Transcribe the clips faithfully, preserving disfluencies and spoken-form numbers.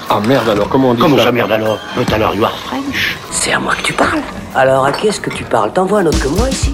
Ah merde alors, comment on dit Comment ça ça merde alors? But alors you are French. C'est à moi que tu parles. Alors à qui est-ce que tu parles? T'en vois un autre que moi ici?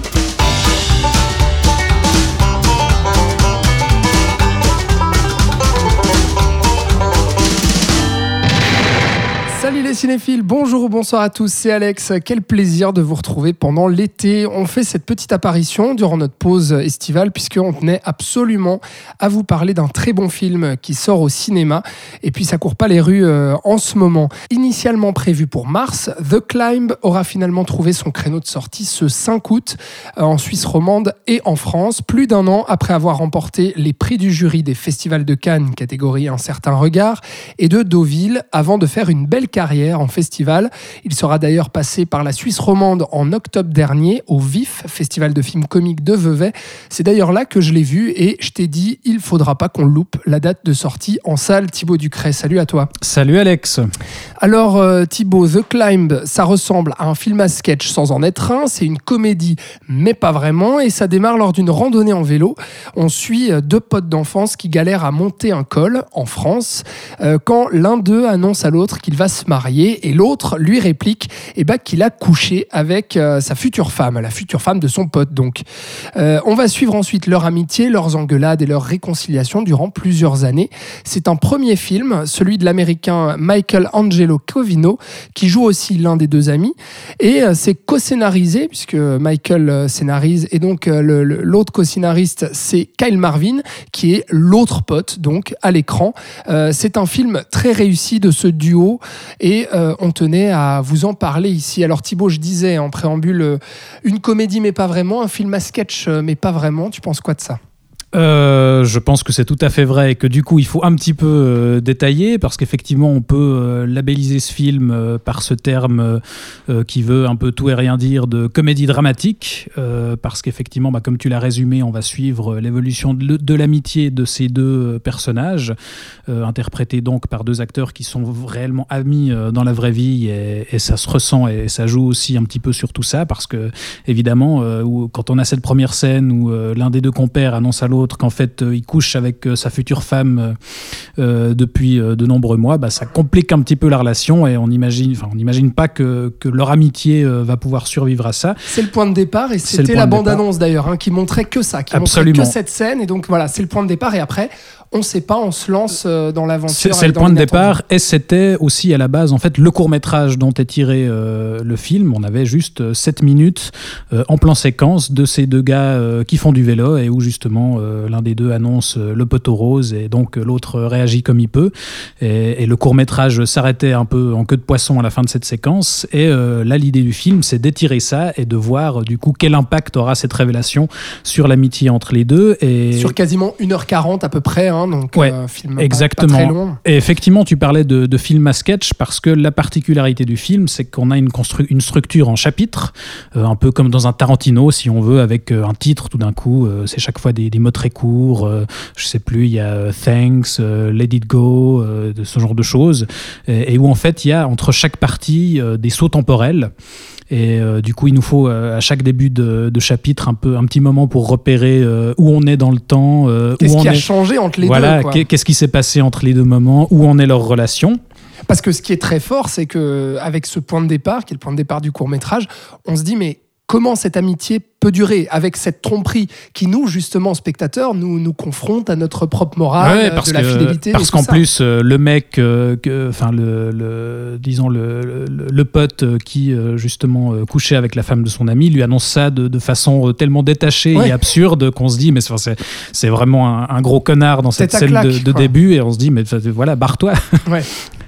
Salut les cinéphiles, bonjour ou bonsoir à tous, c'est Alex. Quel plaisir de vous retrouver pendant l'été. On fait cette petite apparition durant notre pause estivale puisqu'on tenait absolument à vous parler d'un très bon film qui sort au cinéma. Et puis ça court pas les rues euh, en ce moment. Initialement prévu pour mars, The Climb aura finalement trouvé son créneau de sortie ce cinq août euh, en Suisse romande et en France, plus d'un an après avoir remporté les prix du jury des festivals de Cannes, catégorie Un certain regard, et de Deauville, avant de faire une belle carrière en festival. Il sera d'ailleurs passé par la Suisse romande en octobre dernier au V I F, Festival de films comiques de Vevey. C'est d'ailleurs là que je l'ai vu et je t'ai dit, il faudra pas qu'on loupe la date de sortie en salle. Thibaut Ducret, salut à toi. Salut Alex. Alors euh, Thibaut, The Climb, ça ressemble à un film à sketch sans en être un. C'est une comédie, mais pas vraiment, et ça démarre lors d'une randonnée en vélo. On suit deux potes d'enfance qui galèrent à monter un col en France euh, quand l'un d'eux annonce à l'autre qu'il va se marier et l'autre lui réplique eh ben, qu'il a couché avec euh, sa future femme, la future femme de son pote donc. Euh, on va suivre ensuite leur amitié, leurs engueulades et leur réconciliation durant plusieurs années. C'est un premier film, celui de l'américain Michael Angelo Covino, qui joue aussi l'un des deux amis, et euh, c'est co-scénarisé puisque Michael euh, scénarise et donc euh, le, le, l'autre co-scénariste c'est Kyle Marvin qui est l'autre pote donc à l'écran. Euh, c'est un film très réussi de ce duo et euh, on tenait à vous en parler ici. Alors Thibaut, je disais en préambule, euh, une comédie mais pas vraiment, un film à sketch euh, mais pas vraiment. Tu penses quoi de ça ? Euh, je pense que c'est tout à fait vrai et que du coup il faut un petit peu euh, détailler parce qu'effectivement on peut euh, labelliser ce film euh, par ce terme euh, qui veut un peu tout et rien dire de comédie dramatique euh, parce qu'effectivement bah, comme tu l'as résumé on va suivre l'évolution de, de l'amitié de ces deux personnages euh, interprétés donc par deux acteurs qui sont réellement amis euh, dans la vraie vie et, et ça se ressent et ça joue aussi un petit peu sur tout ça parce que évidemment euh, où, quand on a cette première scène où euh, l'un des deux compères annonce à l'autre qu'en fait euh, il couche avec euh, sa future femme euh, depuis euh, de nombreux mois, bah, ça complique un petit peu la relation et on imagine, enfin on n'imagine pas que, que leur amitié euh, va pouvoir survivre à ça. C'est le point de départ et c'était la bande-annonce d'ailleurs hein, qui montrait que ça, qui Absolument. montrait que cette scène et donc voilà, c'est le point de départ et après on ne sait pas, on se lance euh, dans l'aventure. C'est, c'est le point de départ et c'était aussi à la base en fait le court-métrage dont est tiré euh, le film. On avait juste sept minutes euh, en plan séquence de ces deux gars euh, qui font du vélo et où justement euh, l'un des deux annonce euh, le poteau rose et donc euh, l'autre réagit comme il peut et, et le court-métrage s'arrêtait un peu en queue de poisson à la fin de cette séquence et euh, là l'idée du film c'est d'étirer ça et de voir du coup quel impact aura cette révélation sur l'amitié entre les deux et sur quasiment une heure quarante à peu près hein, donc ouais, euh, film exactement. Pas, pas très long. Et effectivement tu parlais de, de film à sketch parce que la particularité du film c'est qu'on a une, constru- une structure en chapitres euh, un peu comme dans un Tarantino si on veut avec euh, un titre tout d'un coup euh, c'est chaque fois des, des mots très court, euh, je sais plus, il y a euh, Thanks, euh, Let It Go, euh, de ce genre de choses, et, et où en fait il y a entre chaque partie euh, des sauts temporels. Et euh, du coup, il nous faut euh, à chaque début de, de chapitre un peu un petit moment pour repérer euh, où on est dans le temps, euh, qu'est-ce où qui on a est... changé entre les voilà, deux. Voilà, qu'est-ce qui s'est passé entre les deux moments, où en est leur relation. Parce que ce qui est très fort, c'est que avec ce point de départ, qui est le point de départ du court-métrage, on se dit mais comment cette amitié peut durer avec cette tromperie qui nous, justement, spectateurs, nous, nous confronte à notre propre morale, ouais, parce de la que, fidélité. Parce qu'en ça. plus, euh, le mec, euh, que, enfin le, le, disons le, le, le pote qui euh, justement euh, couchait avec la femme de son ami, lui annonce ça de, de façon tellement détachée ouais. et absurde qu'on se dit mais c'est, c'est vraiment un, un gros connard dans cette scène claque, de, de début et on se dit mais voilà, barre-toi. Ouais.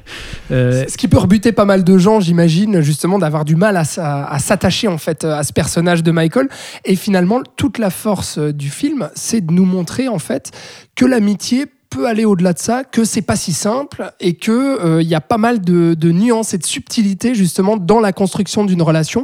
Euh, ce qui peut rebuter pas mal de gens, j'imagine, justement, d'avoir du mal à, à, à s'attacher en fait à ce personnage de Michael. Et finalement, toute la force du film, c'est de nous montrer en fait que l'amitié peut aller au-delà de ça, que c'est pas si simple et que il euh, y a pas mal de, de nuances et de subtilités justement dans la construction d'une relation.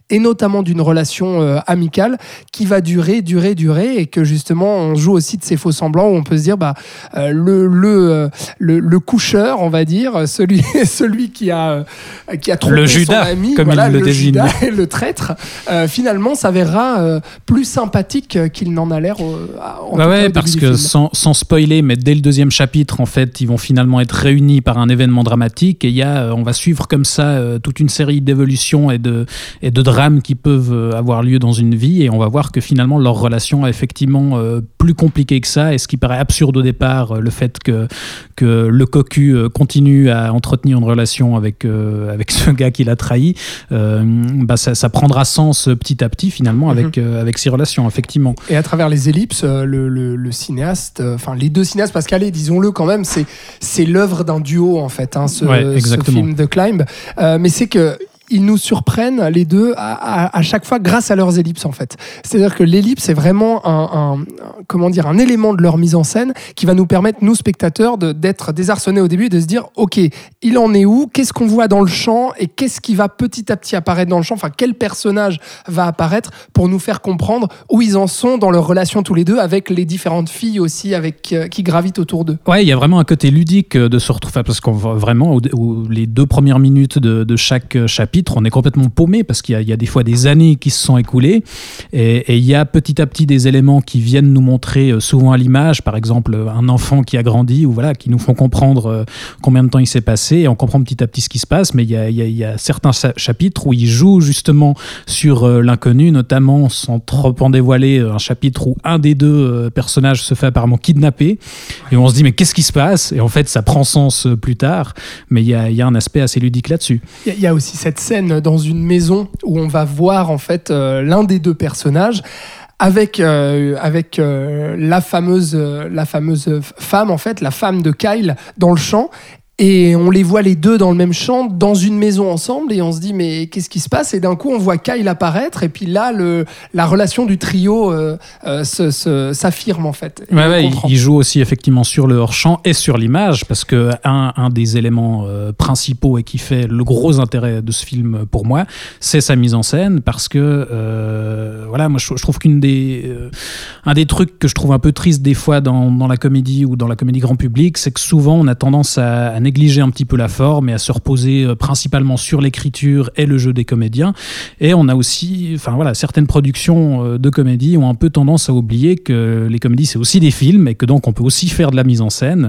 et notamment d'une relation euh, amicale qui va durer, durer, durer, et que justement on joue aussi de ces faux semblants où on peut se dire bah euh, le, le, euh, le le coucheur, on va dire, celui celui qui a euh, qui a trompé le Judas, son ami, comme voilà, il le, le désigne, Judas, le traître, euh, finalement s'avérera euh, plus sympathique qu'il n'en a l'air. Euh, en bah tout ouais, cas, au parce début que du film. sans, sans spoiler, mais dès le deuxième chapitre, en fait, ils vont finalement être réunis par un événement dramatique et il y a, on va suivre comme ça euh, toute une série d'évolutions et de et de drames qui peuvent euh, avoir lieu dans une vie, et on va voir que finalement leur relation est effectivement euh, plus compliquée que ça, et ce qui paraît absurde au départ, euh, le fait que que le cocu euh, continue à entretenir une relation avec euh, avec ce gars qui l'a trahi, euh, bah ça, ça prendra sens petit à petit finalement avec mm-hmm. euh, avec ces relations, effectivement. Et à travers les ellipses, euh, le, le, le cinéaste, enfin euh, les deux cinéastes, parce qu'allez, disons-le quand même, c'est c'est l'œuvre d'un duo en fait, hein, ce, ouais, ce film The Climb, euh, mais c'est que ils nous surprennent les deux à, à, à chaque fois grâce à leurs ellipses en fait. C'est-à-dire que l'ellipse est vraiment un, un, comment dire, un élément de leur mise en scène qui va nous permettre, nous spectateurs, de, d'être désarçonnés au début et de se dire ok, il en est où, qu'est-ce qu'on voit dans le champ et qu'est-ce qui va petit à petit apparaître dans le champ, enfin quel personnage va apparaître pour nous faire comprendre où ils en sont dans leur relation tous les deux avec les différentes filles aussi avec, euh, qui gravitent autour d'eux. Ouais, il y a vraiment un côté ludique de se retrouver, parce qu'on voit vraiment, où les deux premières minutes de, de chaque chapitre, on est complètement paumé parce qu'il y a, il y a des fois des années qui se sont écoulées, et, et il y a petit à petit des éléments qui viennent nous montrer souvent à l'image, par exemple un enfant qui a grandi, ou voilà, qui nous font comprendre combien de temps il s'est passé, et on comprend petit à petit ce qui se passe. Mais il y a, il y a, il y a certains chapitres où il joue justement sur l'inconnu, notamment, sans trop en dévoiler, un chapitre où un des deux personnages se fait apparemment kidnapper, et on se dit mais qu'est-ce qui se passe, et en fait ça prend sens plus tard, mais il y a, il y a un aspect assez ludique là-dessus. Il y a aussi cette scène dans une maison où on va voir en fait euh, l'un des deux personnages avec euh, avec euh, la fameuse euh, la fameuse femme en fait, la femme de Kyle dans le champ. Et on les voit les deux dans le même champ, dans une maison ensemble, et on se dit mais qu'est-ce qui se passe ? Et d'un coup on voit Kyle apparaître, et puis là le, la relation du trio euh, euh, se, se, s'affirme en fait. Ouais, ouais, il, il joue aussi effectivement sur le hors-champ et sur l'image, parce que un, un des éléments euh, principaux et qui fait le gros intérêt de ce film pour moi, c'est sa mise en scène, parce que euh, voilà, moi je, je trouve qu'une des euh, un des trucs que je trouve un peu triste des fois dans, dans la comédie ou dans la comédie grand public, c'est que souvent on a tendance à, à négliger un petit peu la forme et à se reposer euh, principalement sur l'écriture et le jeu des comédiens. Et on a aussi, enfin voilà, certaines productions euh, de comédie ont un peu tendance à oublier que les comédies c'est aussi des films, et que donc on peut aussi faire de la mise en scène.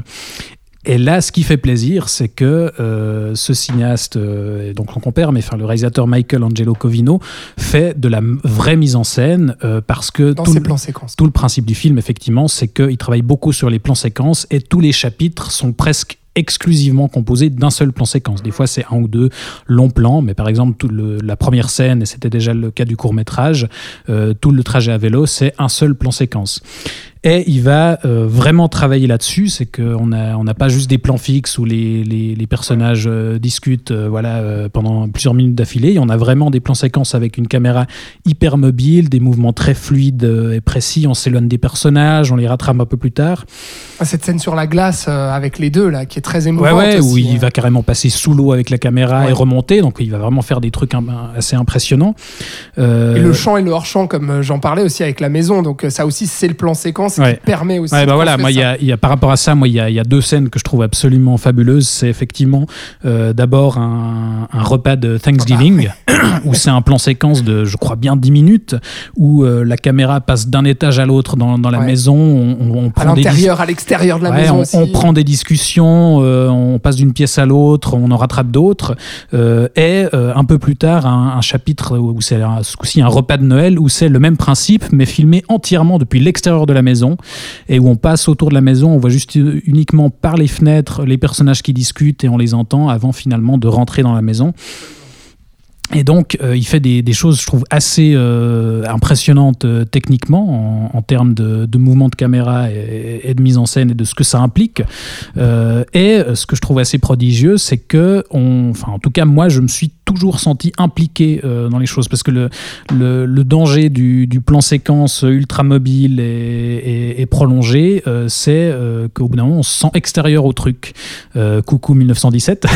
Et là, ce qui fait plaisir, c'est que euh, ce cinéaste, euh, donc son compère, mais enfin le réalisateur Michael Angelo Covino, fait de la vraie mise en scène, euh, parce que dans tout ses le, plans séquences. Tout le principe du film, effectivement, c'est qu'il travaille beaucoup sur les plans séquences, et tous les chapitres sont presque exclusivement composé d'un seul plan séquence. Des fois, c'est un ou deux longs plans, mais par exemple, tout le, la première scène, et c'était déjà le cas du court-métrage, euh, tout le trajet à vélo, c'est un seul plan séquence. Et il va euh, vraiment travailler là-dessus, c'est qu'on n'a on n'a pas juste des plans fixes où les, les, les personnages euh, discutent euh, voilà, euh, pendant plusieurs minutes d'affilée. On a vraiment des plans séquences avec une caméra hyper mobile, des mouvements très fluides euh, et précis. On s'éloigne des personnages, on les rattrape un peu plus tard. Cette scène sur la glace euh, avec les deux, là, qui est très émouvante. Ouais, ouais, aussi, où il euh... va carrément passer sous l'eau avec la caméra ouais. et remonter, donc il va vraiment faire des trucs assez impressionnants. Euh... Et le champ et le hors-champ, comme j'en parlais aussi avec la maison, donc ça aussi, c'est le plan séquence ouais. qui permet aussi. Ouais, bah voilà, moi, il y a, y a, par rapport à ça, moi, il y a, y a deux scènes que je trouve absolument fabuleuses. C'est effectivement euh, d'abord un, un repas de Thanksgiving, ah bah, ouais. où c'est un plan séquence de, je crois bien, dix minutes, où euh, la caméra passe d'un étage à l'autre dans, dans la ouais. maison. On, on prend à l'intérieur, des dis- à l'extérieur de la ouais, maison on, aussi. On prend des discussions, euh, on passe d'une pièce à l'autre, on en rattrape d'autres. Euh, et euh, un peu plus tard, un, un chapitre où c'est un, ce coup-ci un repas de Noël, où c'est le même principe, mais filmé entièrement depuis l'extérieur de la maison, et où on passe autour de la maison, on voit juste uniquement par les fenêtres les personnages qui discutent et on les entend avant finalement de rentrer dans la maison. Et donc, euh, il fait des, des choses, je trouve, assez euh, impressionnantes euh, techniquement, en, en termes de, de mouvement de caméra et, et de mise en scène et de ce que ça implique. Euh, et ce que je trouve assez prodigieux, c'est que, on, enfin, en tout cas, moi, je me suis toujours senti impliqué euh, dans les choses, parce que le, le, le danger du, du plan séquence ultra mobile et, et, et prolongé, euh, c'est euh, qu'au bout d'un moment on se sent extérieur au truc. Euh, coucou mille neuf cent dix-sept.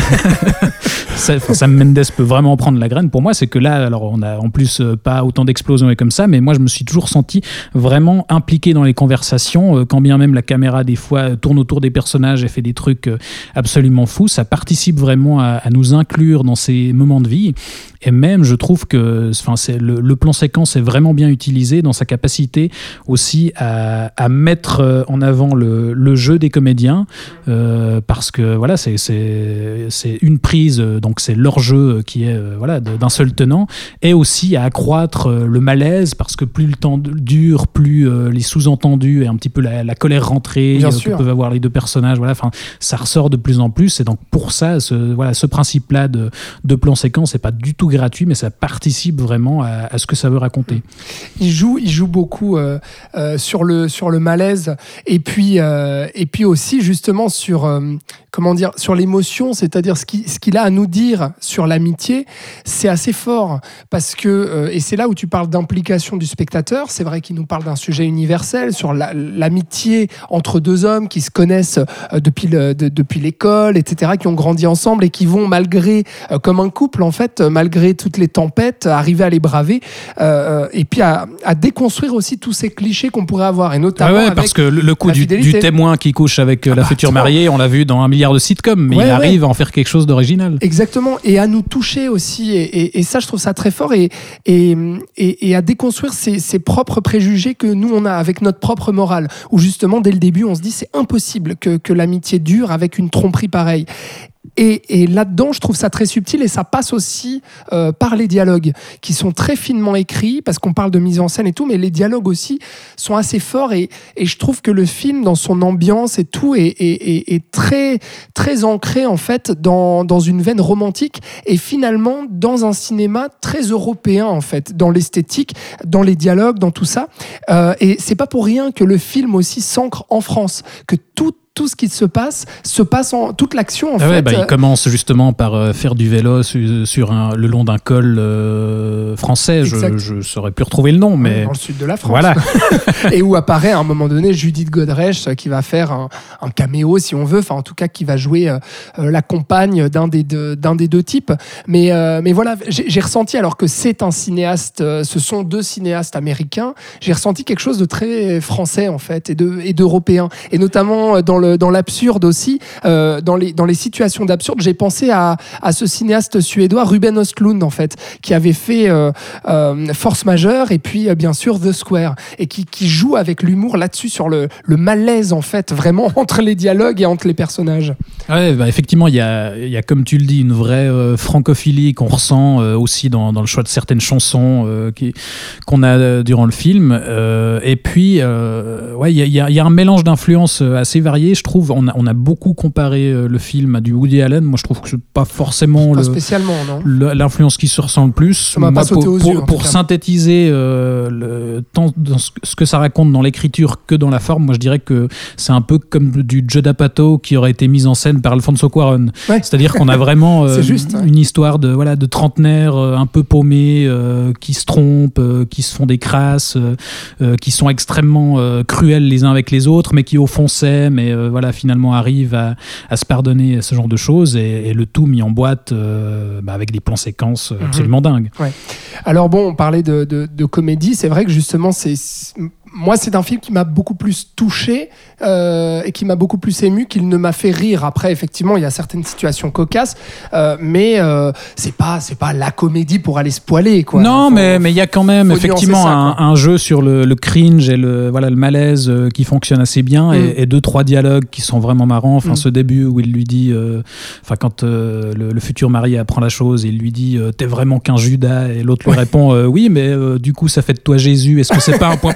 ça, Sam Mendes peut vraiment prendre la graine. Pour moi, c'est que là, alors on a en plus euh, pas autant d'explosions et comme ça, mais moi je me suis toujours senti vraiment impliqué dans les conversations, euh, quand bien même la caméra des fois tourne autour des personnages et fait des trucs euh, absolument fous. Ça participe vraiment à, à nous inclure dans ces moments de vie. Et même, je trouve que enfin, c'est le, le plan séquence est vraiment bien utilisé dans sa capacité aussi à, à mettre en avant le, le jeu des comédiens, euh, parce que voilà, c'est, c'est, c'est une prise, donc c'est leur jeu qui est euh, voilà, d'un seul tenant, et aussi à accroître le malaise, parce que plus le temps dure, plus euh, les sous-entendus et un petit peu la, la colère rentrée euh, que peuvent avoir les deux personnages, voilà, enfin, ça ressort de plus en plus. Et donc pour ça, ce, voilà, ce principe-là de, de plan séquence n'est pas du tout gratuit, mais ça participe vraiment à, à ce que ça veut raconter. Il joue, il joue beaucoup euh, euh, sur le sur le malaise, et puis euh, et puis aussi justement sur euh, comment dire, sur l'émotion, c'est-à-dire ce qui ce qu'il a à nous dire sur l'amitié, c'est assez fort, parce que euh, et c'est là où tu parles d'implication du spectateur. C'est vrai qu'il nous parle d'un sujet universel sur la, l'amitié entre deux hommes qui se connaissent euh, depuis le, de, depuis l'école, et cetera, qui ont grandi ensemble et qui vont malgré euh, comme un couple en fait, malgré toutes les tempêtes, arriver à les braver, euh, et puis à, à déconstruire aussi tous ces clichés qu'on pourrait avoir, et notamment ah ouais, avec parce que le coup du, du témoin qui couche avec ah la bah, future attends. mariée, on l'a vu dans un milliard de sitcoms, mais ouais, il arrive ouais. à en faire quelque chose d'original. Exactement, et à nous toucher aussi, et, et, et ça je trouve ça très fort, et, et, et, et à déconstruire ces, ces propres préjugés que nous on a avec notre propre morale, où justement dès le début on se dit c'est impossible que, que l'amitié dure avec une tromperie pareille. Et, et là-dedans, je trouve ça très subtil, et ça passe aussi euh, par les dialogues qui sont très finement écrits, parce qu'on parle de mise en scène et tout, mais les dialogues aussi sont assez forts, et, et je trouve que le film, dans son ambiance et tout, est, est, est, est très, très ancré en fait dans, dans une veine romantique, et finalement dans un cinéma très européen en fait, dans l'esthétique, dans les dialogues, dans tout ça. Euh, et c'est pas pour rien que le film aussi s'ancre en France, que tout tout ce qui se passe se passe en toute l'action en ah fait. Ouais, bah, il commence justement par euh, faire du vélo su, sur un, le long d'un col euh, français. Je, je saurais plus retrouver le nom, mais dans le sud de la France. Voilà. Et où apparaît à un moment donné Judith Godrèche qui va faire un, un caméo si on veut, enfin en tout cas qui va jouer euh, la compagne d'un des deux, d'un des deux types. Mais euh, mais voilà, j'ai, j'ai ressenti, alors que c'est un cinéaste, euh, ce sont deux cinéastes américains, j'ai ressenti quelque chose de très français en fait, et de et d'européen, et notamment dans le dans l'absurde aussi, euh, dans les dans les situations d'absurde. J'ai pensé à à ce cinéaste suédois Ruben Östlund en fait, qui avait fait euh, euh, Force majeure, et puis euh, bien sûr The Square, et qui qui joue avec l'humour là-dessus, sur le le malaise en fait, vraiment entre les dialogues et entre les personnages. Ouais, bah effectivement, il y a il y a comme tu le dis une vraie euh, francophilie qu'on ressent euh, aussi dans dans le choix de certaines chansons euh, qui qu'on a durant le film, euh, et puis euh, ouais, il y a il y a, y a un mélange d'influences assez variées. Je trouve, on a, on a beaucoup comparé le film à du Woody Allen. Moi, je trouve que c'est pas forcément pas le, spécialement, non. Le, l'influence qui se ressent le plus. Ça m'a Moi, pas sauté pour, aux pour, yeux, pour synthétiser euh, le, tant dans ce que ça raconte dans l'écriture que dans la forme, moi, je dirais que c'est un peu comme du Judd Apatow qui aurait été mis en scène par Alfonso Cuarón. Ouais. C'est-à-dire qu'on a vraiment euh, juste, ouais. une histoire de voilà de trentenaires euh, un peu paumés, euh, qui se trompent, euh, qui se font des crasses, euh, qui sont extrêmement euh, cruels les uns avec les autres, mais qui au fond s'aiment, et euh, voilà, finalement arrive à, à se pardonner ce genre de choses, et, et le tout mis en boîte euh, bah avec des plans séquences absolument mmh. dingues. Ouais. Alors bon, on parlait de, de, de comédie, c'est vrai que justement c'est... Moi, c'est un film qui m'a beaucoup plus touché euh, et qui m'a beaucoup plus ému qu'il ne m'a fait rire. Après, effectivement, il y a certaines situations cocasses, euh, mais euh, c'est pas c'est pas la comédie pour aller se poiler, quoi. Non, faut, mais mais il y a quand même effectivement ça, un, un jeu sur le, le cringe et le voilà le malaise euh, qui fonctionne assez bien, mm. et, et deux trois dialogues qui sont vraiment marrants. Enfin, mm. ce début où il lui dit, enfin euh, quand euh, le, le futur mari apprend la chose, il lui dit euh, t'es vraiment qu'un Judas, et l'autre lui ouais. répond euh, oui, mais euh, du coup ça fait de toi Jésus. Est-ce que c'est pas un point positif?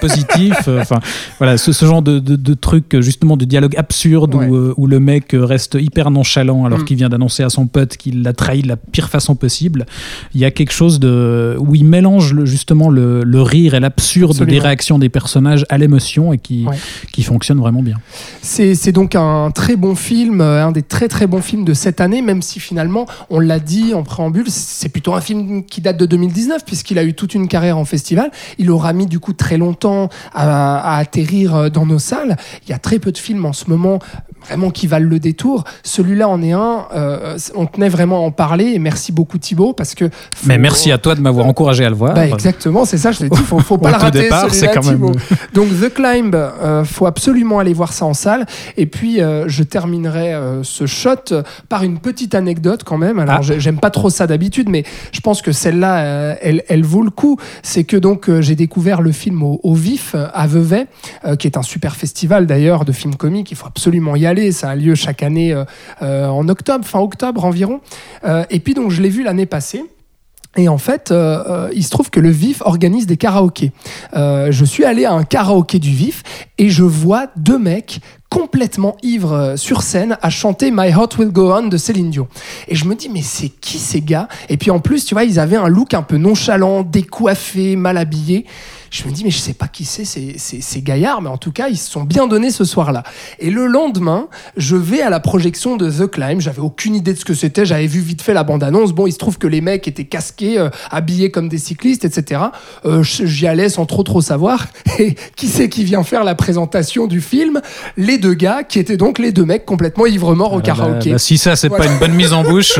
explosifs. Enfin, voilà, ce, ce genre de, de, de trucs, justement, de dialogue absurde ouais. où, euh, où le mec reste hyper nonchalant alors mm. qu'il vient d'annoncer à son pote qu'il l'a trahi de la pire façon possible. Il y a quelque chose de où il mélange le, justement le, le rire et l'absurde Absolument. Des réactions des personnages à l'émotion et qui, ouais. qui fonctionne vraiment bien. C'est, c'est donc un très bon film, un des très très bons films de cette année, même si finalement, on l'a dit en préambule, c'est plutôt un film qui date de deux mille dix-neuf puisqu'il a eu toute une carrière en festival. Il aura mis du coup très longtemps à, à atterrir dans nos salles. Il y a très peu de films en ce moment vraiment qui valent le détour. Celui-là en est un. Euh, on tenait vraiment à en parler et merci beaucoup Thibaut parce que. Faut... Mais merci à toi de m'avoir encouragé à le voir. Bah, exactement, c'est ça. Je te dis, faut, faut pas le rater. Départ, celui-là, c'est quand Thibaut. même. Donc The Climb, euh, faut absolument aller voir ça en salle. Et puis euh, je terminerai euh, ce shot par une petite anecdote quand même. Alors ah. j'aime pas trop ça d'habitude, mais je pense que celle-là, euh, elle, elle vaut le coup. C'est que donc euh, j'ai découvert le film au, au Vif à Vevey, euh, qui est un super festival d'ailleurs de films comiques. Il faut absolument y aller. Ça a lieu chaque année euh, euh, en octobre, fin octobre environ. Euh, et puis donc je l'ai vu l'année passée. Et en fait, euh, euh, il se trouve que le Vif organise des karaokés. Euh, je suis allé à un karaoké du Vif et je vois deux mecs complètement ivres sur scène à chanter My Heart Will Go On de Céline Dion. Et je me dis, mais c'est qui ces gars ? Et puis en plus, tu vois, ils avaient un look un peu nonchalant, décoiffé, mal habillé. Je me dis, mais je sais pas qui c'est, c'est, c'est, c'est gaillards, mais en tout cas, ils se sont bien donnés ce soir-là. Et le lendemain, je vais à la projection de The Climb. J'avais aucune idée de ce que c'était. J'avais vu vite fait la bande-annonce. Bon, il se trouve que les mecs étaient casqués, euh, habillés comme des cyclistes, et cetera. Euh, j'y allais sans trop trop savoir. Et qui c'est qui vient faire la présentation du film ? Les deux gars, qui étaient donc les deux mecs complètement ivres-morts au karaoké. Bah, bah, si ça, c'est voilà. Pas une bonne mise en bouche.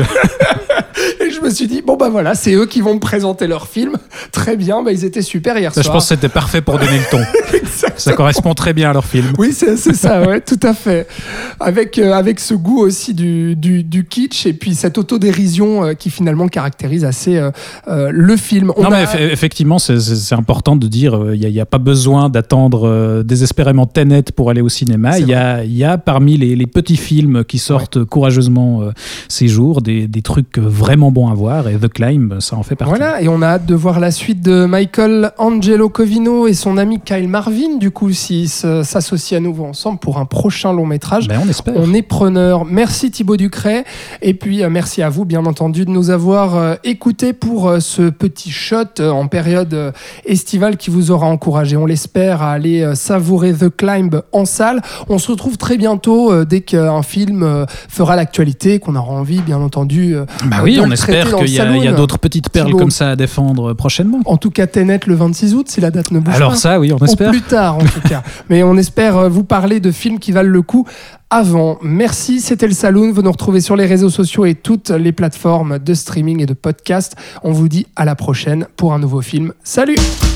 Et je me suis dit, bon bah voilà, c'est eux qui vont me présenter leur film. Très bien, bah, ils étaient super hier ça, soir. Je pense que c'était parfait pour donner le ton. Ça correspond très bien à leur film. Oui, c'est, c'est ça, ouais, tout à fait. Avec, euh, avec ce goût aussi du, du, du kitsch et puis cette autodérision euh, qui finalement caractérise assez euh, euh, le film. On non, a... mais eff- effectivement, c'est, c'est, c'est important de dire il euh, n'y a, a pas besoin d'attendre euh, désespérément Tenet pour aller au cinéma. Il y a, y a parmi les, les petits films qui sortent ouais. courageusement euh, ces jours des, des trucs vraiment bons à voir et The Climb, ça en fait partie. Voilà, et on a hâte de voir la suite de Michael Angelo Covino et son ami Kyle Marvin, du coup, s'ils s'associent à nouveau ensemble pour un prochain long métrage. Ben, on espère. On est preneur. Merci Thibaut Ducret, et puis euh, merci à vous, bien entendu, de nous avoir euh, écoutés pour euh, ce petit shot euh, en période euh, estivale qui vous aura encouragé, on l'espère, à aller euh, savourer The Climb en salle. On se retrouve très bientôt euh, dès qu'un film euh, fera l'actualité, qu'on aura envie, bien entendu, euh, bah oui, on espère qu'il y a, y a d'autres petites perles Thibaut. Comme ça à défendre prochainement. En tout cas, Tenet le vingt-six août, si la date ne bouge Alors pas. Alors ça, oui, on espère. Ou plus tard, en tout cas. Mais on espère vous parler de films qui valent le coup avant. Merci, c'était le Saloon. Vous nous retrouvez sur les réseaux sociaux et toutes les plateformes de streaming et de podcast. On vous dit à la prochaine pour un nouveau film. Salut!